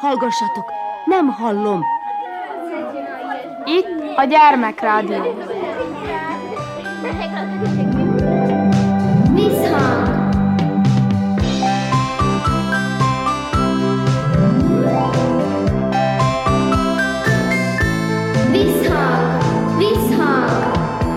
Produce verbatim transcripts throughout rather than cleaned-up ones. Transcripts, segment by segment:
Hallgassatok, nem hallom. Itt a Gyermekrádió. Visszhang. Visszhang. Visszhang.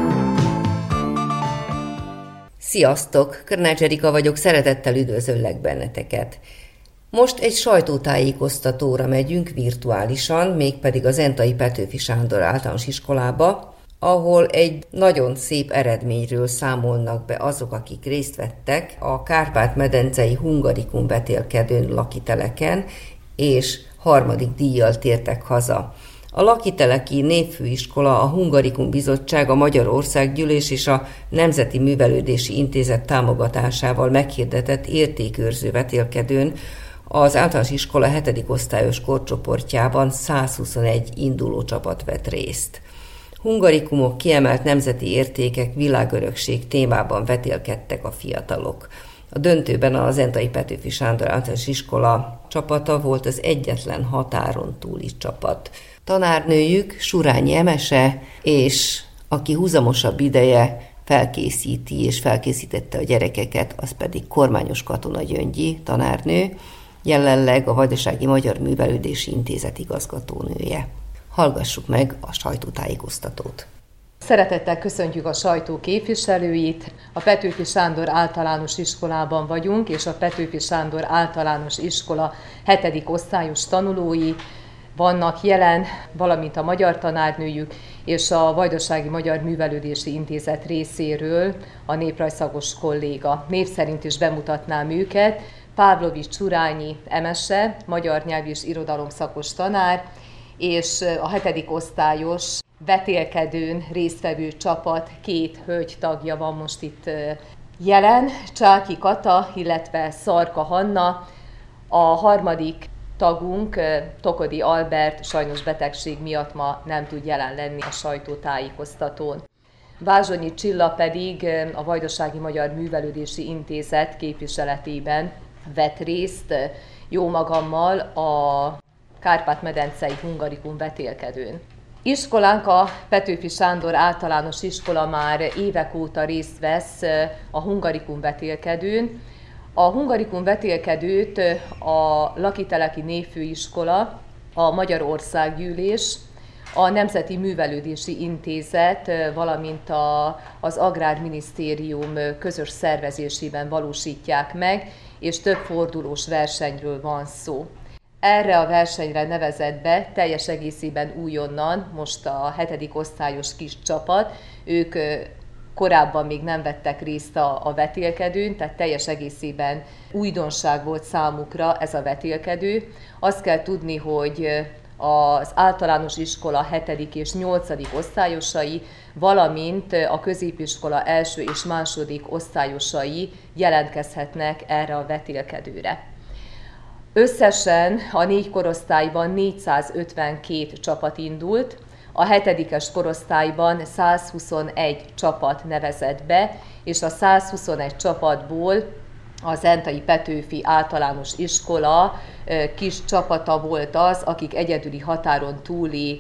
Sziasztok! Körnács Erika vagyok, szeretettel üdvözöllek benneteket. Most egy sajtótájékoztatóra megyünk virtuálisan, mégpedig a Zentai Petőfi Sándor Általános Iskolába, ahol egy nagyon szép eredményről számolnak be azok, akik részt vettek a Kárpát-medencei Hungarikum vetélkedőn lakiteleken, és harmadik díjjal tértek haza. A Lakiteleki Népfőiskola, a Hungarikum Bizottság, a Magyar Országgyűlés és a Nemzeti Művelődési Intézet támogatásával meghirdetett értékőrző vetélkedőn az általános iskola hetedik osztályos korcsoportjában százhuszonegy induló csapat vett részt. Hungarikumok, kiemelt nemzeti értékek, világörökség témában vetélkedtek a fiatalok. A döntőben a Zentai Petőfi Sándor Általános Iskola csapata volt az egyetlen határon túli csapat. Tanárnőjük Surányi Emese, és aki húzamosabb ideje felkészíti és felkészítette a gyerekeket, az pedig Kormányos Katona Gyöngyi tanárnő, jelenleg a Vajdasági Magyar Művelődési Intézet igazgatónője. Hallgassuk meg a sajtótájékoztatót. Szeretettel köszöntjük a sajtó képviselőit. A Petőfi Sándor Általános Iskolában vagyunk, és a Petőfi Sándor Általános Iskola hetedik osztályos tanulói vannak jelen, valamint a magyar tanárnőjük és a Vajdasági Magyar Művelődési Intézet részéről a néprajzszakos kolléga. Név szerint is bemutatnám őket. Pávlovics Surányi Emese, magyar nyelv és irodalomszakos tanár, és a hetedik osztályos vetélkedőn résztvevő csapat két hölgy tagja van most itt jelen, Csáki Kata, illetve Szarka Hanna. A harmadik tagunk, Tokodi Albert, sajnos betegség miatt ma nem tud jelen lenni a sajtótájékoztatón. Vázsonyi Csilla pedig a Vajdasági Magyar Művelődési Intézet képviseletében vett részt jó magammal a Kárpát-medencei Hungarikum vetélkedőn. Iskolánk, a Petőfi Sándor Általános Iskola már évek óta részt vesz a Hungarikum vetélkedőn. A Hungarikum vetélkedőt a Lakiteleki Népfőiskola, a Magyar Országgyűlés, a Nemzeti Művelődési Intézet, valamint a, az Agrárminisztérium közös szervezésében valósítják meg, és több fordulós versenyről van szó. Erre a versenyre nevezett be teljes egészében újonnan most a hetedik osztályos kis csapat. Ők korábban még nem vettek részt a, a vetélkedőn, tehát teljes egészében újdonság volt számukra ez a vetélkedő. Azt kell tudni, hogy az általános iskola hetedik és nyolcadik osztályosai, valamint a középiskola első és második osztályosai jelentkezhetnek erre a vetélkedőre. Összesen a négy korosztályban négyszázötvenkét csapat indult, a hetedikes korosztályban százhuszonegy csapat nevezett be, és a százhuszonegy csapatból a Zentai Petőfi Általános Iskola kis csapata volt az, akik egyedüli határon túli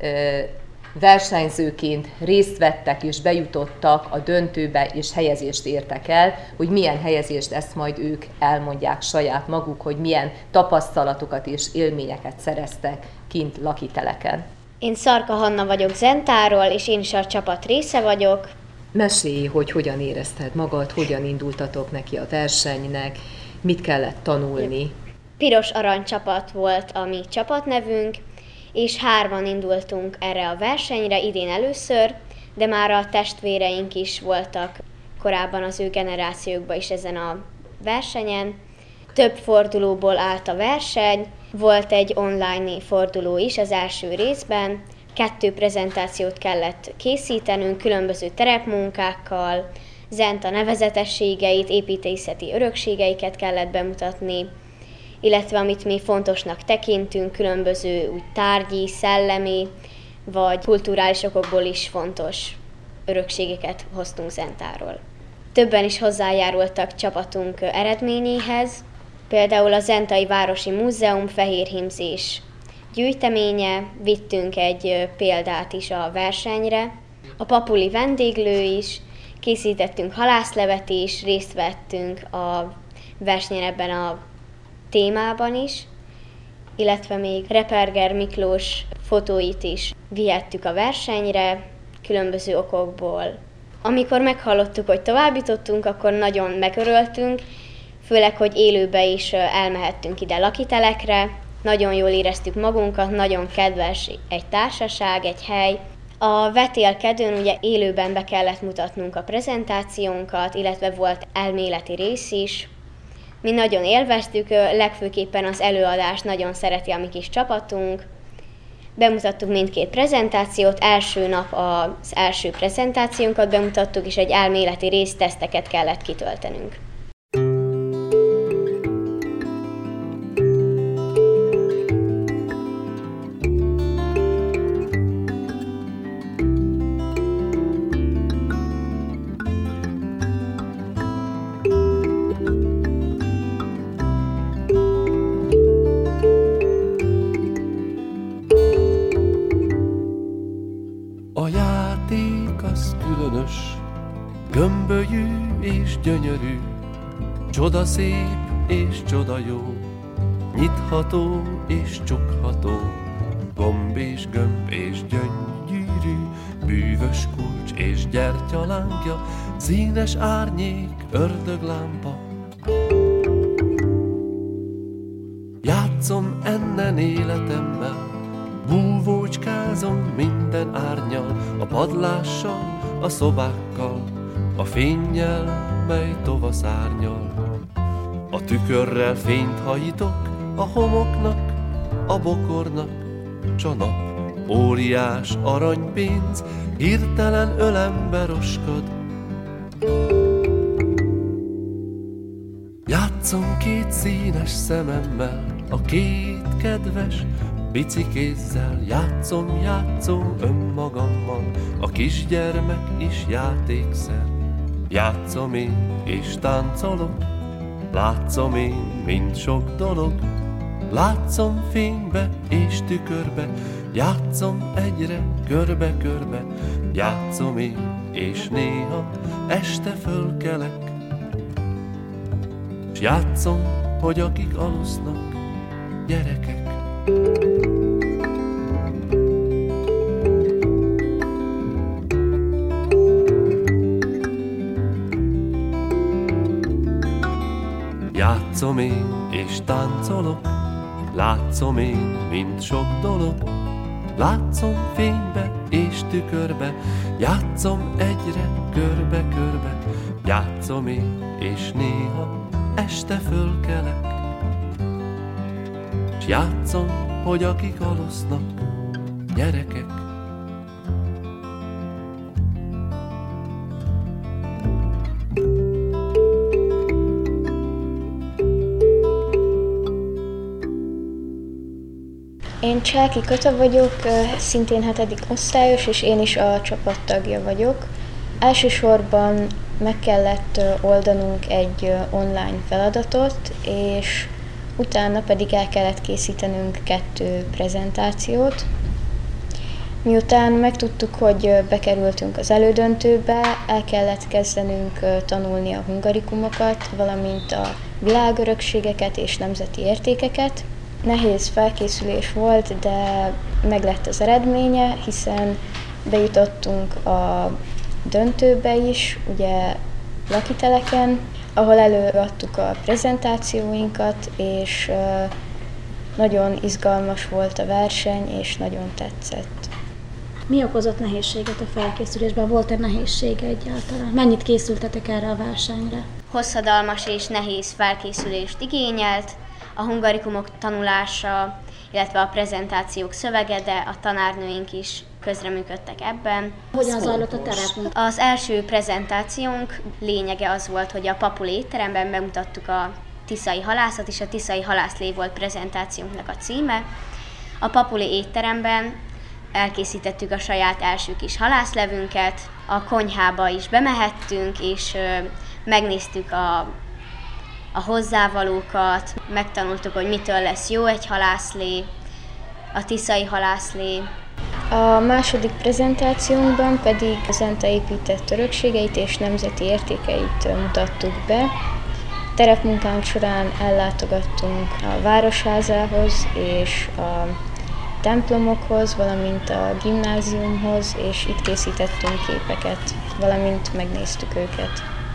versenyzőként részt vettek és bejutottak a döntőbe, és helyezést értek el. Hogy milyen helyezést, ezt majd ők elmondják saját maguk, hogy milyen tapasztalatokat és élményeket szereztek kint lakiteleken. Én Szarka Hanna vagyok Zentáról, és én is a csapat része vagyok. Mesélj, hogy hogyan érezted magad, hogyan indultatok neki a versenynek, mit kellett tanulni. Piros Arany csapat volt a mi csapatnevünk, és hárman indultunk erre a versenyre idén először, de már a testvéreink is voltak korábban az ő generációkban is ezen a versenyen. Több fordulóból állt a verseny, volt egy online forduló is az első részben, kettő prezentációt kellett készítenünk különböző terepmunkákkal, Zenta nevezetességeit, építészeti örökségeiket kellett bemutatni, illetve amit mi fontosnak tekintünk, különböző úgy tárgyi, szellemi vagy kulturális okokból is fontos örökségeket hoztunk Zentáról. Többen is hozzájárultak csapatunk eredményéhez, Például a Zentai Városi Múzeum fehérhímzés gyűjteménye, vittünk egy példát is a versenyre. A papuli vendéglő is, készítettünk halászlevet is, részt vettünk a versenyen ebben a témában is, illetve még Reperger Miklós fotóit is vihettük a versenyre, különböző okokból. Amikor meghallottuk, hogy továbbjutottunk, akkor nagyon megörültünk, főleg, hogy élőbe is elmehettünk ide lakitelekre, nagyon jól éreztük magunkat, nagyon kedves egy társaság, egy hely. A vetélkedőn ugye élőben be kellett mutatnunk a prezentációnkat, illetve volt elméleti rész is. Mi nagyon élveztük, legfőképpen az előadást nagyon szereti a mi kis csapatunk. Bemutattuk mindkét prezentációt, első nap az első prezentációnkat bemutattuk, és egy elméleti részteszteket kellett kitöltenünk. Gömbölyű és gyönyörű, csoda szép és csoda jó, nyitható és csukható, gomb és gömb és gyöngyűrű, bűvös kulcs és gyertyalángja, színes árnyék, ördöglámpa. Játszom ennen életemmel, búvócskázom minden árnyal, a padlással, a szobákkal, a fénnyel, mely tovaszárnyal. A tükörrel fényt hajítok a homoknak, a bokornak, s a nap óriás aranypénz hirtelen ölembe roskad. Játszom két színes szememmel, a két kedves pici kézzel, játszom, játszom önmagammal, a kisgyermek is játékszer. Játszom én és táncolok, látszom én mind sok dolog, látszom fénybe és tükörbe, játszom egyre körbe-körbe, játszom én és néha este fölkelek, s játszom, hogy akik alusznak, gyerekek. Játszom én és táncolok, látszom én mind sok dolog, látszom fénybe és tükörbe, játszom egyre körbe-körbe, játszom én és néha este fölkelek, s játszom, hogy akik alusznak, gyerekek. Én Csáki Kata vagyok, szintén hetedik osztályos, és én is a csapat tagja vagyok. Elsősorban meg kellett oldanunk egy online feladatot, és utána pedig el kellett készítenünk kettő prezentációt. Miután megtudtuk, hogy bekerültünk az elődöntőbe, el kellett kezdenünk tanulni a hungarikumokat, valamint a világörökségeket és nemzeti értékeket. Nehéz felkészülés volt, de meglett az eredménye, hiszen bejutottunk a döntőbe is, ugye lakiteleken, ahol előadtuk a prezentációinkat, és nagyon izgalmas volt a verseny, és nagyon tetszett. Mi okozott nehézséget a felkészülésben? Volt-e nehézsége egyáltalán? Mennyit készültetek erre a versenyre? Hosszadalmas és nehéz felkészülést igényelt, a hungarikumok tanulása, illetve a prezentációk szövege, de a tanárnőink is közreműködtek ebben. Hogyan zajlott a terep? Az első prezentációnk lényege az volt, hogy a Papuli étteremben bemutattuk a tiszai halászat, és a tiszai halászlé volt prezentációnknak a címe. A Papuli étteremben elkészítettük a saját első kis halászlevünket, a konyhába is bemehettünk, és megnéztük a a hozzávalókat, megtanultuk, hogy mitől lesz jó egy halászlé, a tiszai halászlé. A második prezentációnkban pedig a Zenta épített örökségeit és nemzeti értékeit mutattuk be. Terepmunkánk során ellátogattunk a Városházához és a templomokhoz, valamint a gimnáziumhoz, és itt készítettünk képeket, valamint megnéztük őket.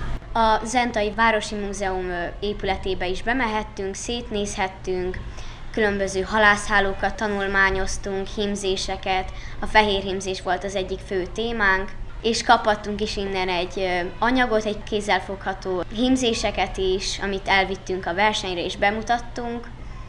A Zentai Városi Múzeum épületébe is bemehettünk, szétnézhettünk, különböző halászhálókat tanulmányoztunk, hímzéseket, a fehér hímzés volt az egyik fő témánk, és kaphattunk is innen egy anyagot, egy kézzelfogható hímzéseket is, amit elvittünk a versenyre és bemutattunk.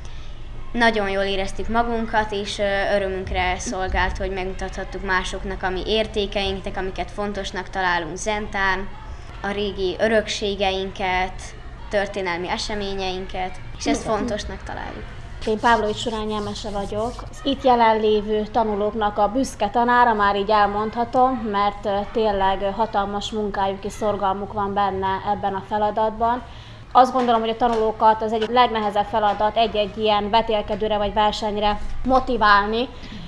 Nagyon jól éreztük magunkat, és örömünkre szolgált, hogy megmutathattuk másoknak a mi értékeinket, amiket fontosnak találunk Zentán, a régi örökségeinket, történelmi eseményeinket, és ezt fontosnak találjuk. Én Pávlovics Surányi Emese vagyok. Az itt jelenlévő tanulóknak a büszke tanára, már így elmondhatom, mert tényleg hatalmas munkájuk és szorgalmuk van benne ebben a feladatban. Azt gondolom, hogy a tanulókat az egyik legnehezebb feladat egy-egy ilyen vetélkedőre vagy versenyre motiválni,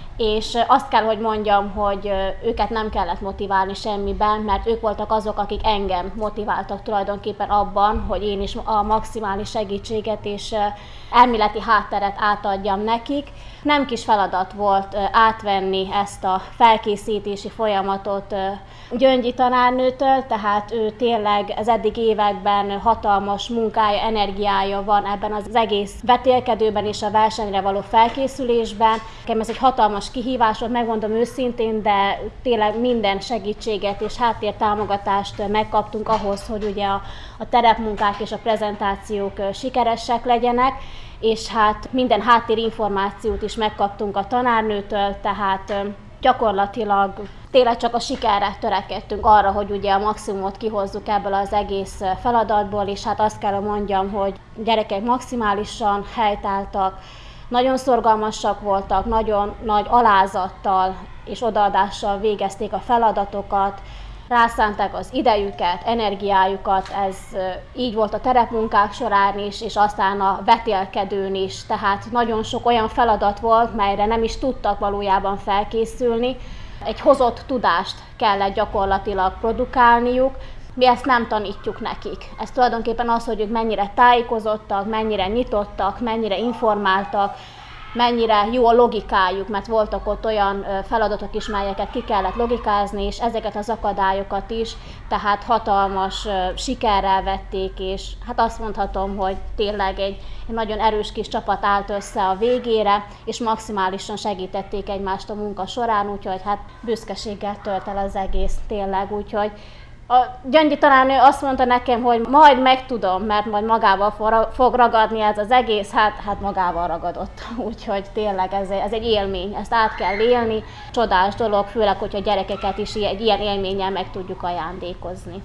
és azt kell, hogy mondjam, hogy őket nem kellett motiválni semmiben, mert ők voltak azok, akik engem motiváltak tulajdonképpen abban, hogy én is a maximális segítséget és elméleti hátteret átadjam nekik. Nem kis feladat volt átvenni ezt a felkészítési folyamatot Gyöngyi tanárnőtől, tehát ő tényleg az eddig években hatalmas munkája, energiája van ebben az egész vetélkedőben és a versenyre való felkészülésben. Ez egy hatalmas kihívás volt, megmondom őszintén, de tényleg minden segítséget és háttértámogatást megkaptunk ahhoz, hogy ugye a, a terepmunkák és a prezentációk sikeresek legyenek, és hát minden háttérinformációt is megkaptunk a tanárnőtől, tehát gyakorlatilag tényleg csak a sikerre törekedtünk arra, hogy ugye a maximumot kihozzuk ebből az egész feladatból, és hát azt kell mondjam, hogy gyerekek maximálisan helytálltak, nagyon szorgalmasak voltak, nagyon nagy alázattal és odaadással végezték a feladatokat, rászánták az idejüket, energiájukat, ez így volt a terepmunkák során is, és aztán a vetélkedőn is, tehát nagyon sok olyan feladat volt, melyre nem is tudtak valójában felkészülni. Egy hozott tudást kellett gyakorlatilag produkálniuk, mi ezt nem tanítjuk nekik. Ez tulajdonképpen az, hogy ők mennyire tájékozottak, mennyire nyitottak, mennyire informáltak, mennyire jó a logikájuk, mert voltak ott olyan feladatok is, melyeket ki kellett logikázni, és ezeket az akadályokat is, tehát hatalmas sikerrel vették, és hát azt mondhatom, hogy tényleg egy, egy nagyon erős kis csapat állt össze a végére, és maximálisan segítették egymást a munka során, úgyhogy hát büszkeséggel tölt el az egész tényleg, úgyhogy a Gyöngyi tanárnő azt mondta nekem, hogy majd megtudom, mert majd magával fog ragadni ez az egész, hát, hát magával ragadott. Úgyhogy tényleg ez, ez egy élmény, ezt át kell élni, csodás dolog, főleg, hogyha gyerekeket is egy ilyen élménnyel meg tudjuk ajándékozni.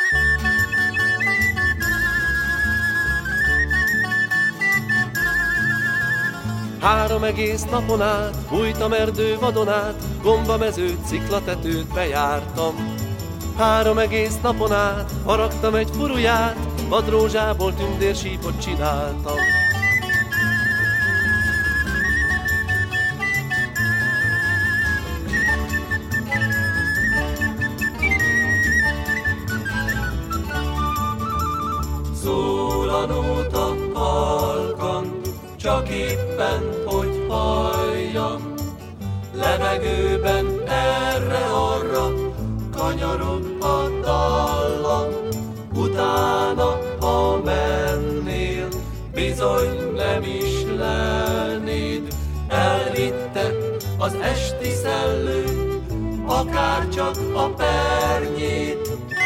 Három egész napon át bújtam erdő vadonát, gombamezőt, sziklatetőt bejártam. Három egész napon át haragtam egy furuját, vadrózsából tündérsípot csináltam. Szól a nóta halkan, csak éppen hogy halljam, levegőben erre-arra kanyarod a dallam, utána, ha mennél, bizony nem is lelnéd, elvitte az esti szellő, akárcsak a pernyét.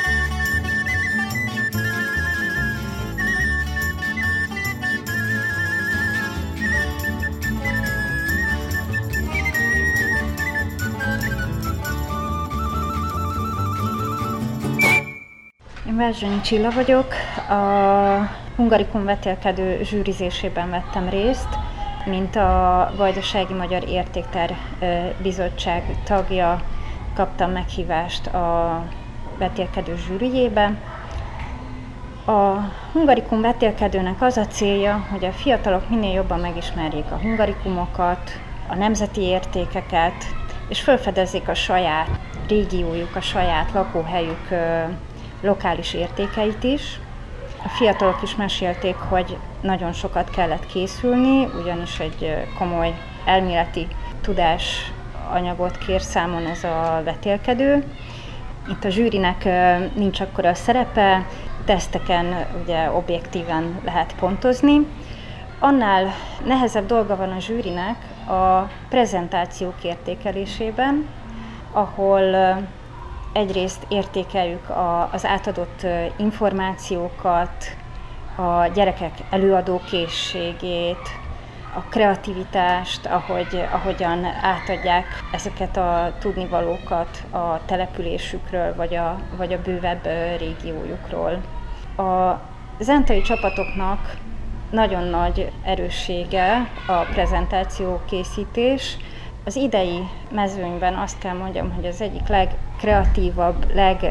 Én Verzsonyi Csilla vagyok, a Hungarikum vetélkedő zsűrizésében vettem részt, mint a Vajdasági Magyar Értéktár Bizottság tagja kaptam meghívást a vetélkedő zsűrijébe. A hungarikum vetélkedőnek az a célja, hogy a fiatalok minél jobban megismerjék a hungarikumokat, a nemzeti értékeket, és felfedezzék a saját régiójuk, a saját lakóhelyük ö, lokális értékeit is. A fiatalok is mesélték, hogy nagyon sokat kellett készülni, ugyanis egy komoly elméleti tudásanyagot kér számon ez a vetélkedő. Itt a zsűrinek nincs akkora szerepe, teszteken ugye objektíven lehet pontozni. Annál nehezebb dolga van a zsűrinek a prezentációk értékelésében, ahol egyrészt értékeljük az átadott információkat, a gyerekek előadókészségét, a kreativitást, ahogy, ahogyan átadják ezeket a tudnivalókat a településükről, vagy a, vagy a bővebb régiójukról. A zentai csapatoknak nagyon nagy erőssége a prezentáció készítés. Az idei mezőnyben azt kell mondjam, hogy az egyik legkreatívabb,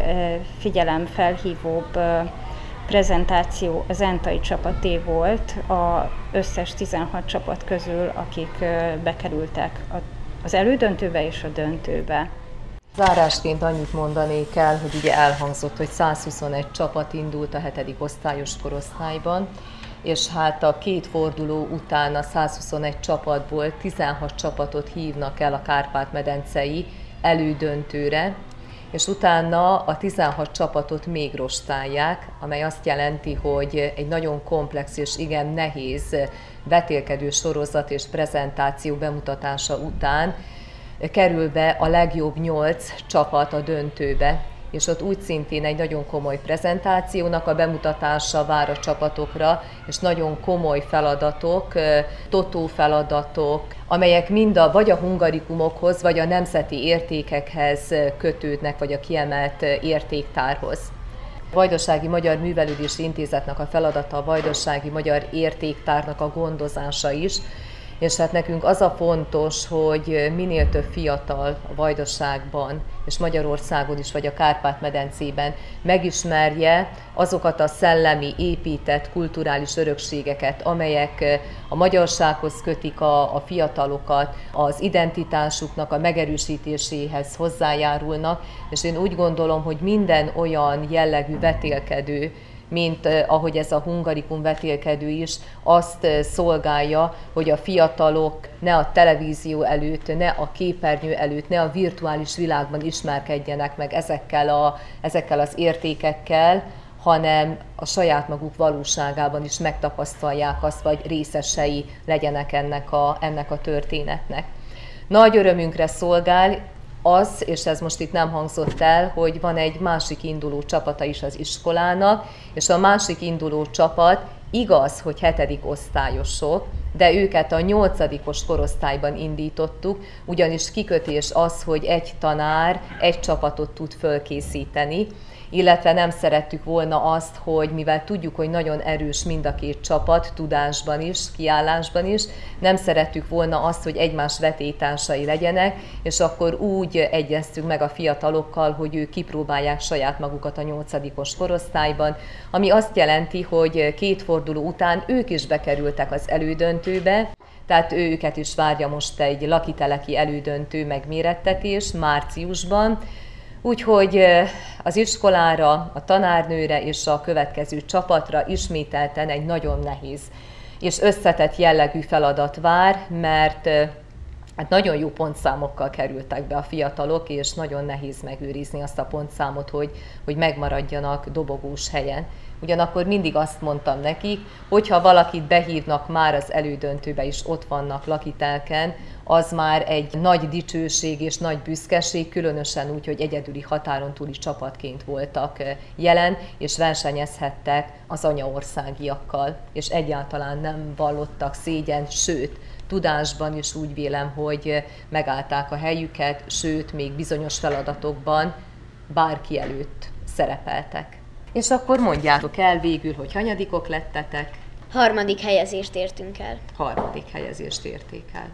legfigyelemfelhívóbb prezentáció a zentai csapaté volt az összes tizenhat csapat közül, akik bekerültek az elődöntőbe és a döntőbe. Zárásként annyit mondanék el, hogy ugye elhangzott, hogy százhuszonegy csapat indult a hetedik osztályos korosztályban, és hát a két forduló után a százhuszonegy csapatból tizenhat csapatot hívnak el a Kárpát-medencei elődöntőre, és utána a tizenhat csapatot még rostálják, amely azt jelenti, hogy egy nagyon komplex és igen nehéz vetélkedő sorozat és prezentáció bemutatása után kerül be a legjobb nyolc csapat a döntőbe, és ott úgy szintén egy nagyon komoly prezentációnak a bemutatása vár a csapatokra, és nagyon komoly feladatok, totó feladatok, amelyek mind a, vagy a hungarikumokhoz, vagy a nemzeti értékekhez kötődnek, vagy a kiemelt értéktárhoz. A Vajdasági Magyar Művelődési Intézetnek a feladata a Vajdasági Magyar Értéktárnak a gondozása is, és hát nekünk az a fontos, hogy minél több fiatal a Vajdaságban és Magyarországon is, vagy a Kárpát-medencében megismerje azokat a szellemi, épített, kulturális örökségeket, amelyek a magyarsághoz kötik a, a fiatalokat, az identitásuknak a megerősítéséhez hozzájárulnak, és én úgy gondolom, hogy minden olyan jellegű vetélkedő, mint ahogy ez a hungarikum vetélkedő is, azt szolgálja, hogy a fiatalok ne a televízió előtt, ne a képernyő előtt, ne a virtuális világban ismerkedjenek meg ezekkel, a, ezekkel az értékekkel, hanem a saját maguk valóságában is megtapasztalják azt, vagy részesei legyenek ennek a, ennek a történetnek. Nagy örömünkre szolgál az, és ez most itt nem hangzott el, hogy van egy másik induló csapata is az iskolának, és a másik induló csapat igaz, hogy hetedik osztályosok, de őket a nyolcadikos korosztályban indítottuk, ugyanis kikötés az, hogy egy tanár egy csapatot tud fölkészíteni, illetve nem szerettük volna azt, hogy mivel tudjuk, hogy nagyon erős mind a két csapat, tudásban is, kiállásban is, nem szerettük volna azt, hogy egymás vetélytársai legyenek, és akkor úgy egyeztünk meg a fiatalokkal, hogy ők kipróbálják saját magukat a nyolcadikos korosztályban, ami azt jelenti, hogy két forduló után ők is bekerültek az elődöntőbe, tehát őket is várja most egy lakiteleki elődöntő megmérettetés márciusban. Úgyhogy az iskolára, a tanárnőre és a következő csapatra ismételten egy nagyon nehéz és összetett jellegű feladat vár, mert hát nagyon jó pontszámokkal kerültek be a fiatalok, és nagyon nehéz megőrizni azt a pontszámot, hogy, hogy megmaradjanak dobogós helyen. Ugyanakkor mindig azt mondtam nekik, hogyha valakit behívnak már az elődöntőbe is ott vannak lakitelken, az már egy nagy dicsőség és nagy büszkeség, különösen úgy, hogy egyedüli határon túli csapatként voltak jelen, és versenyezhettek az anyaországiakkal, és egyáltalán nem vallottak szégyent, sőt, tudásban is úgy vélem, hogy megállták a helyüket, sőt, még bizonyos feladatokban bárki előtt szerepeltek. És akkor mondjátok el végül, hogy hanyadikok lettetek? Harmadik helyezést értünk el. Harmadik helyezést érték el.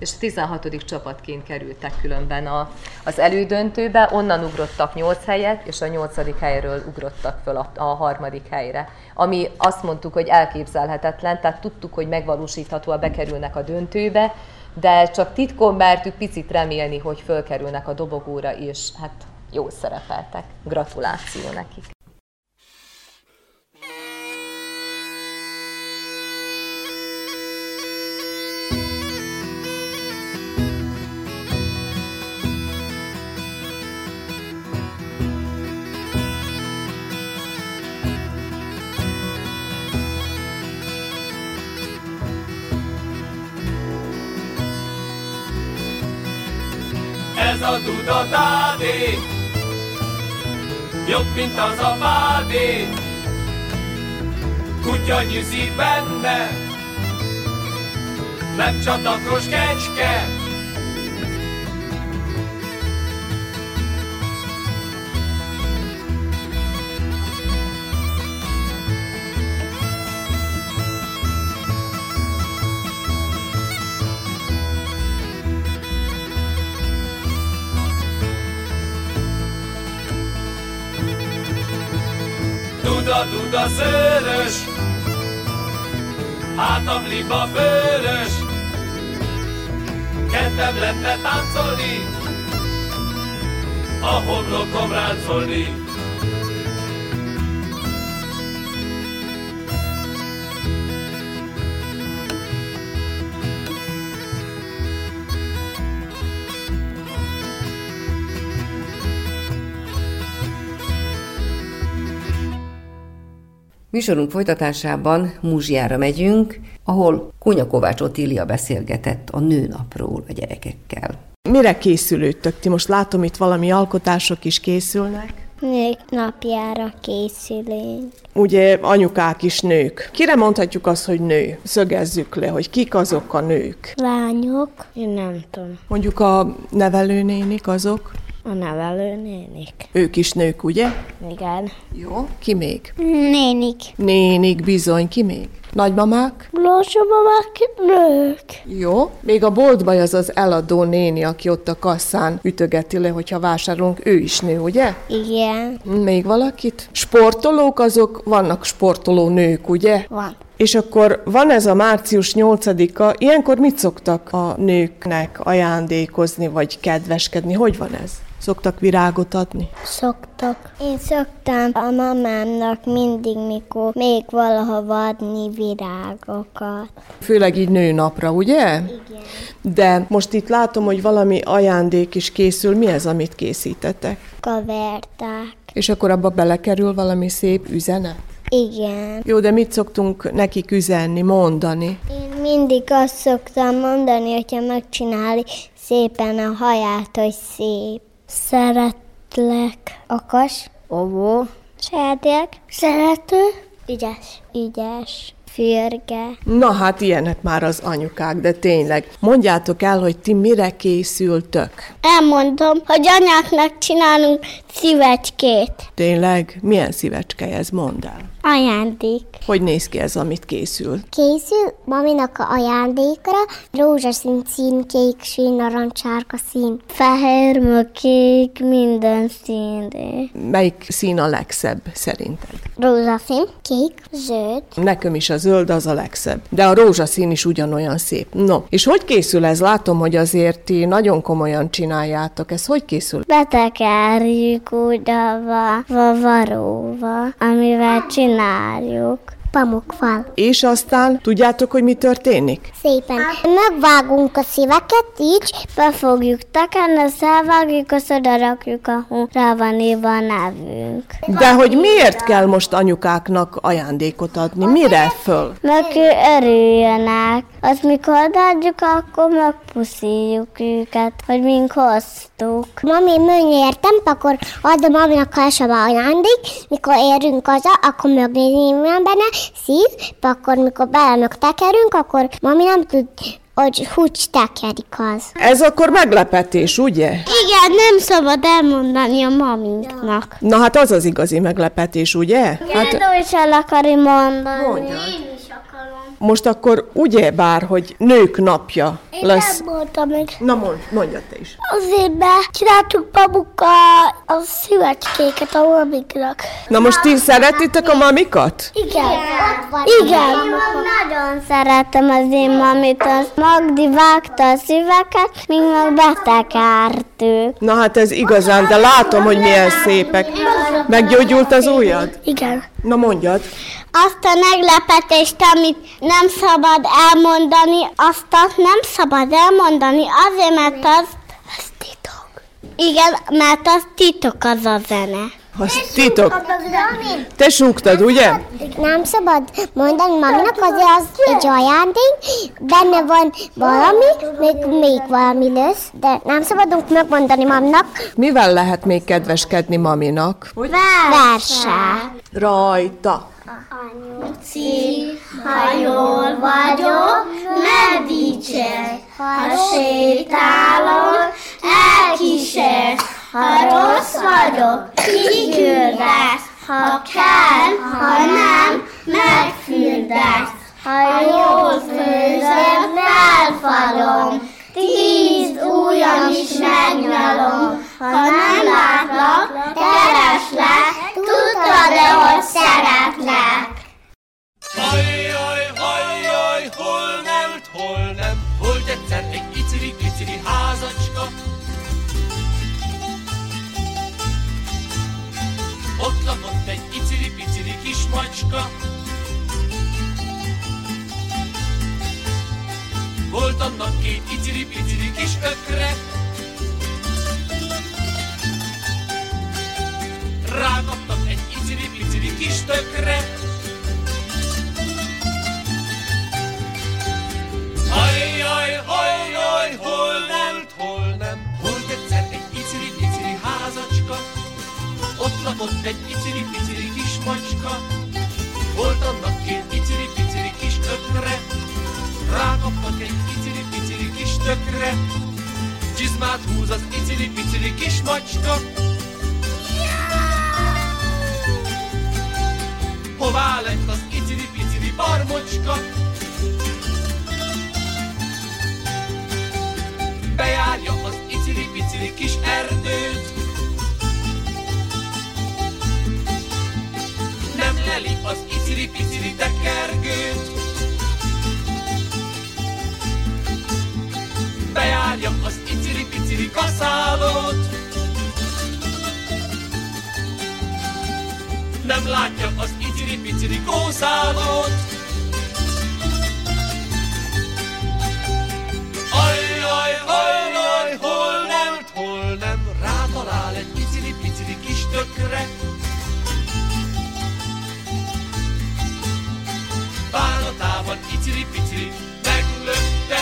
és tizenhatodik csapatként kerültek különben a, az elődöntőbe, onnan ugrottak nyolc helyet, és a nyolcadik helyről ugrottak föl a, a harmadik helyre. Ami azt mondtuk, hogy elképzelhetetlen, tehát tudtuk, hogy megvalósíthatóan bekerülnek a döntőbe, de csak titkon mertük picit remélni, hogy fölkerülnek a dobogóra, és hát jól szerepeltek. Gratuláció nekik! Ez a Duda Tádé, jobb, mint az a pádé, kutya nyűszik benne, nem csatakos kecske. Duda, duda szőrös, hátam liba bőrös, kedvem lenne táncolni, a homlokom ráncolni. Műsorunk folytatásában Muzsiára megyünk, ahol Kónya Kovács Otília beszélgetett a nőnapról a gyerekekkel. Mire készülődtök? Ti most látom, itt valami alkotások is készülnek. Nők napjára készülünk. Ugye anyukák is nők. Kire mondhatjuk azt, hogy nő? Szögezzük le, hogy kik azok a nők. Lányok. Én nem tudom. Mondjuk a nevelőnénik azok. A nevelőnénik. Ők is nők, ugye? Igen. Jó. Ki még? Nénik. Nénik, bizony. Ki még? Nagymamák? Nagymamák, nők. Jó. Még a boltban az az eladó néni, aki ott a kasszán ütögeti le, hogyha vásárolunk, ő is nő, ugye? Igen. Még valakit? Sportolók azok, vannak sportoló nők, ugye? Van. És akkor van ez a március nyolcadika, ilyenkor mit szoktak a nőknek ajándékozni, vagy kedveskedni? Hogy van ez? Szoktak virágot adni? Szoktak. Én szoktam a mamámnak mindig, mikor még valahova adni virágokat. Főleg így nőnapra, ugye? Igen. De most itt látom, hogy valami ajándék is készül. Mi ez, amit készítettek? Kaverták. És akkor abba belekerül valami szép üzenet? Igen. Jó, de mit szoktunk nekik üzenni, mondani? Én mindig azt szoktam mondani, hogyha megcsinálni szépen a haját, hogy szép. Szeretlek. Okas. Óvó. Szeretlek. Szerető. Ügyes. Ügyes. Fürge. Na hát ilyenek már az anyukák, de tényleg. Mondjátok el, hogy ti mire készültök? Elmondom, hogy anyáknak csinálunk szívecskét. Tényleg? Milyen szívecske ez? Mondd el. Ajándék. Hogy néz ki ez, amit készül? Készül maminak a ajándékra rózsaszín szín, kék szín, narancsárga szín, fehér, meg kék, minden szín. Melyik szín a legszebb szerinted? Rózsaszín, kék, zöld. Nekem is a zöld az a legszebb, de a rózsaszín is ugyanolyan szép. No, és hogy készül ez? Látom, hogy azért ti nagyon komolyan csináljátok. Ez hogy készül? Betekerjük oda varóba, amivel csináljuk. Pamukfal. És aztán tudjátok, hogy mi történik? Szépen. Megvágunk a szíveket, így be fogjuk tekerni, azt elvágjuk, azt oda rakjuk, ahol rá van írva a nevünk. De hogy miért kell most anyukáknak ajándékot adni? Mire föl? Meg örüljenek. Azt mikor odaadjuk, akkor megpuszíjuk őket, hogy mink hoztuk. Mami műnyértem, akkor adom maminak a ajándék, mikor érünk haza, akkor megnézünk benne, szív, akkor mikor belemök tekerünk, akkor mami nem tud, hogy úgy tekerik az. Ez akkor meglepetés, ugye? Igen, nem szabad elmondani a maminknak. Na hát az az igazi meglepetés, ugye? Hát... Én is el akarom mondani. Mondjad. Én is akarom. Most akkor ugye bár, hogy nők napja Én lesz. nem mondtam meg. Na mond, mondja te is. Azért, mert csináltuk magukkal a szívecskéket a mamiknak. Na most ti szeretitek a mamikat? Igen. Igen. Én nagyon szeretem az én mamit. Az Magdi vágta a szíveket, míg meg betekert ők. Na hát ez igazán, de látom, hogy milyen szépek. Meggyógyult az ujjad? Igen. Na mondjad. Azt a meglepetést, amit nem szabad elmondani, azt nem szabad elmondani, azért, mert az, az titok. Igen, mert az titok az a zene. Az titok. Te súgtad, ugye? Nem szabad mondani maminak, azért az egy ajándék, benne van valami, még, még valami lesz, de nem szabadunk megmondani maminak. Mivel lehet még kedveskedni maminak? Verse. Rajta. Anyuci, ha jól vagyok, ne dicsérj, ha sétálok, elkísérsz, ha rossz vagyok, kiküldesz, ha kell, ha nem, megfürdesz, ha jól főzöm, felfalom, tíz ujjam is megnyalom, ha nem látlak, kereslek, tudod-e, hogy szeretlek? Hajjaj, hajjaj, hol nem, hol nem, volt egyszer egy iciri-piciri házacska. Ott lakott egy iciri-piciri kis macska. Volt annak két iciri-piciri kis ökre. Rákaptak egy iciri-piciri kis tökre. Hajjaj, hajjaj, hol nem, hol nem, volt egyszer egy iciri-piciri házacska. Ott lakott egy iciri-piciri kis macska. Volt annak két iciri-piciri kis ökre. Rákaptak egy iciri-piciri kis tökre. Csizmát húz az iciri-piciri kis macska. Hová lett az iciri-piciri barmocska? Bejárja az iciri-piciri kis erdőt. Nem leli az iciri-piciri tekergőt. Bejárja az iciri-piciri kaszálót. Nem látja az iciri-piciri kószálót. Ajjaj, ajjaj, hol nem, hol nem, rátalál egy iciri-piciri kis tökre. Bánatában iciri-piciri meglökte.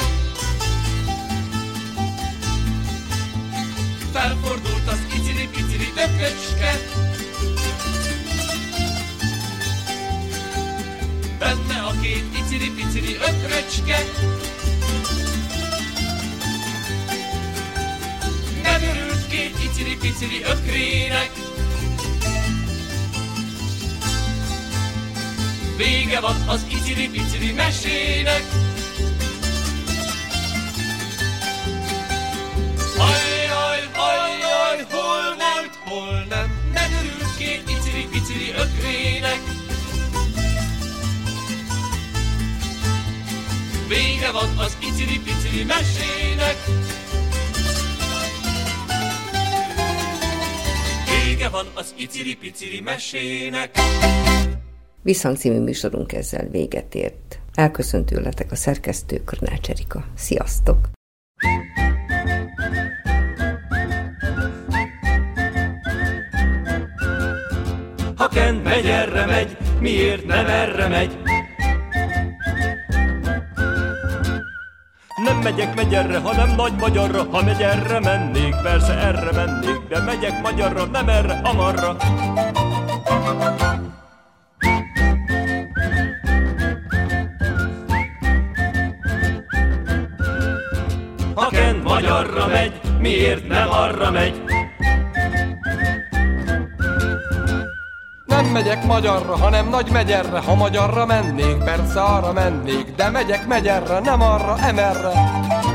Felfordult az iciri-piciri tököcske. Benne a két iciri-piciri ökröcske. Nem örült két iciri-piciri ökrének. Vége van az iciri-piciri mesének. Ajjaj, ajjaj, hol nem, hol nem, nem örült két iciri-piciri ökrének. Vége van az iciri-piciri mesének. Vége van az iciri-piciri mesének. Visszhang című műsorunk ezzel véget ért. Elköszönt tőletek a szerkesztő, Körnács Erika. Sziasztok! Ha Ken megy, erre megy, miért nem erre megy? Nem megyek Megyerre, hanem Nagymagyarra. Ha Megyerre mennék, persze erre mennék, de megyek Magyarra, nem erre, amarra. Ha Ken Magyarra megy, miért nem arra megy? Nem megyek magyarra, hanem nagy megyerre. Ha magyarra mennék, persze arra mennék, de megyek megyerre, nem arra, emerre.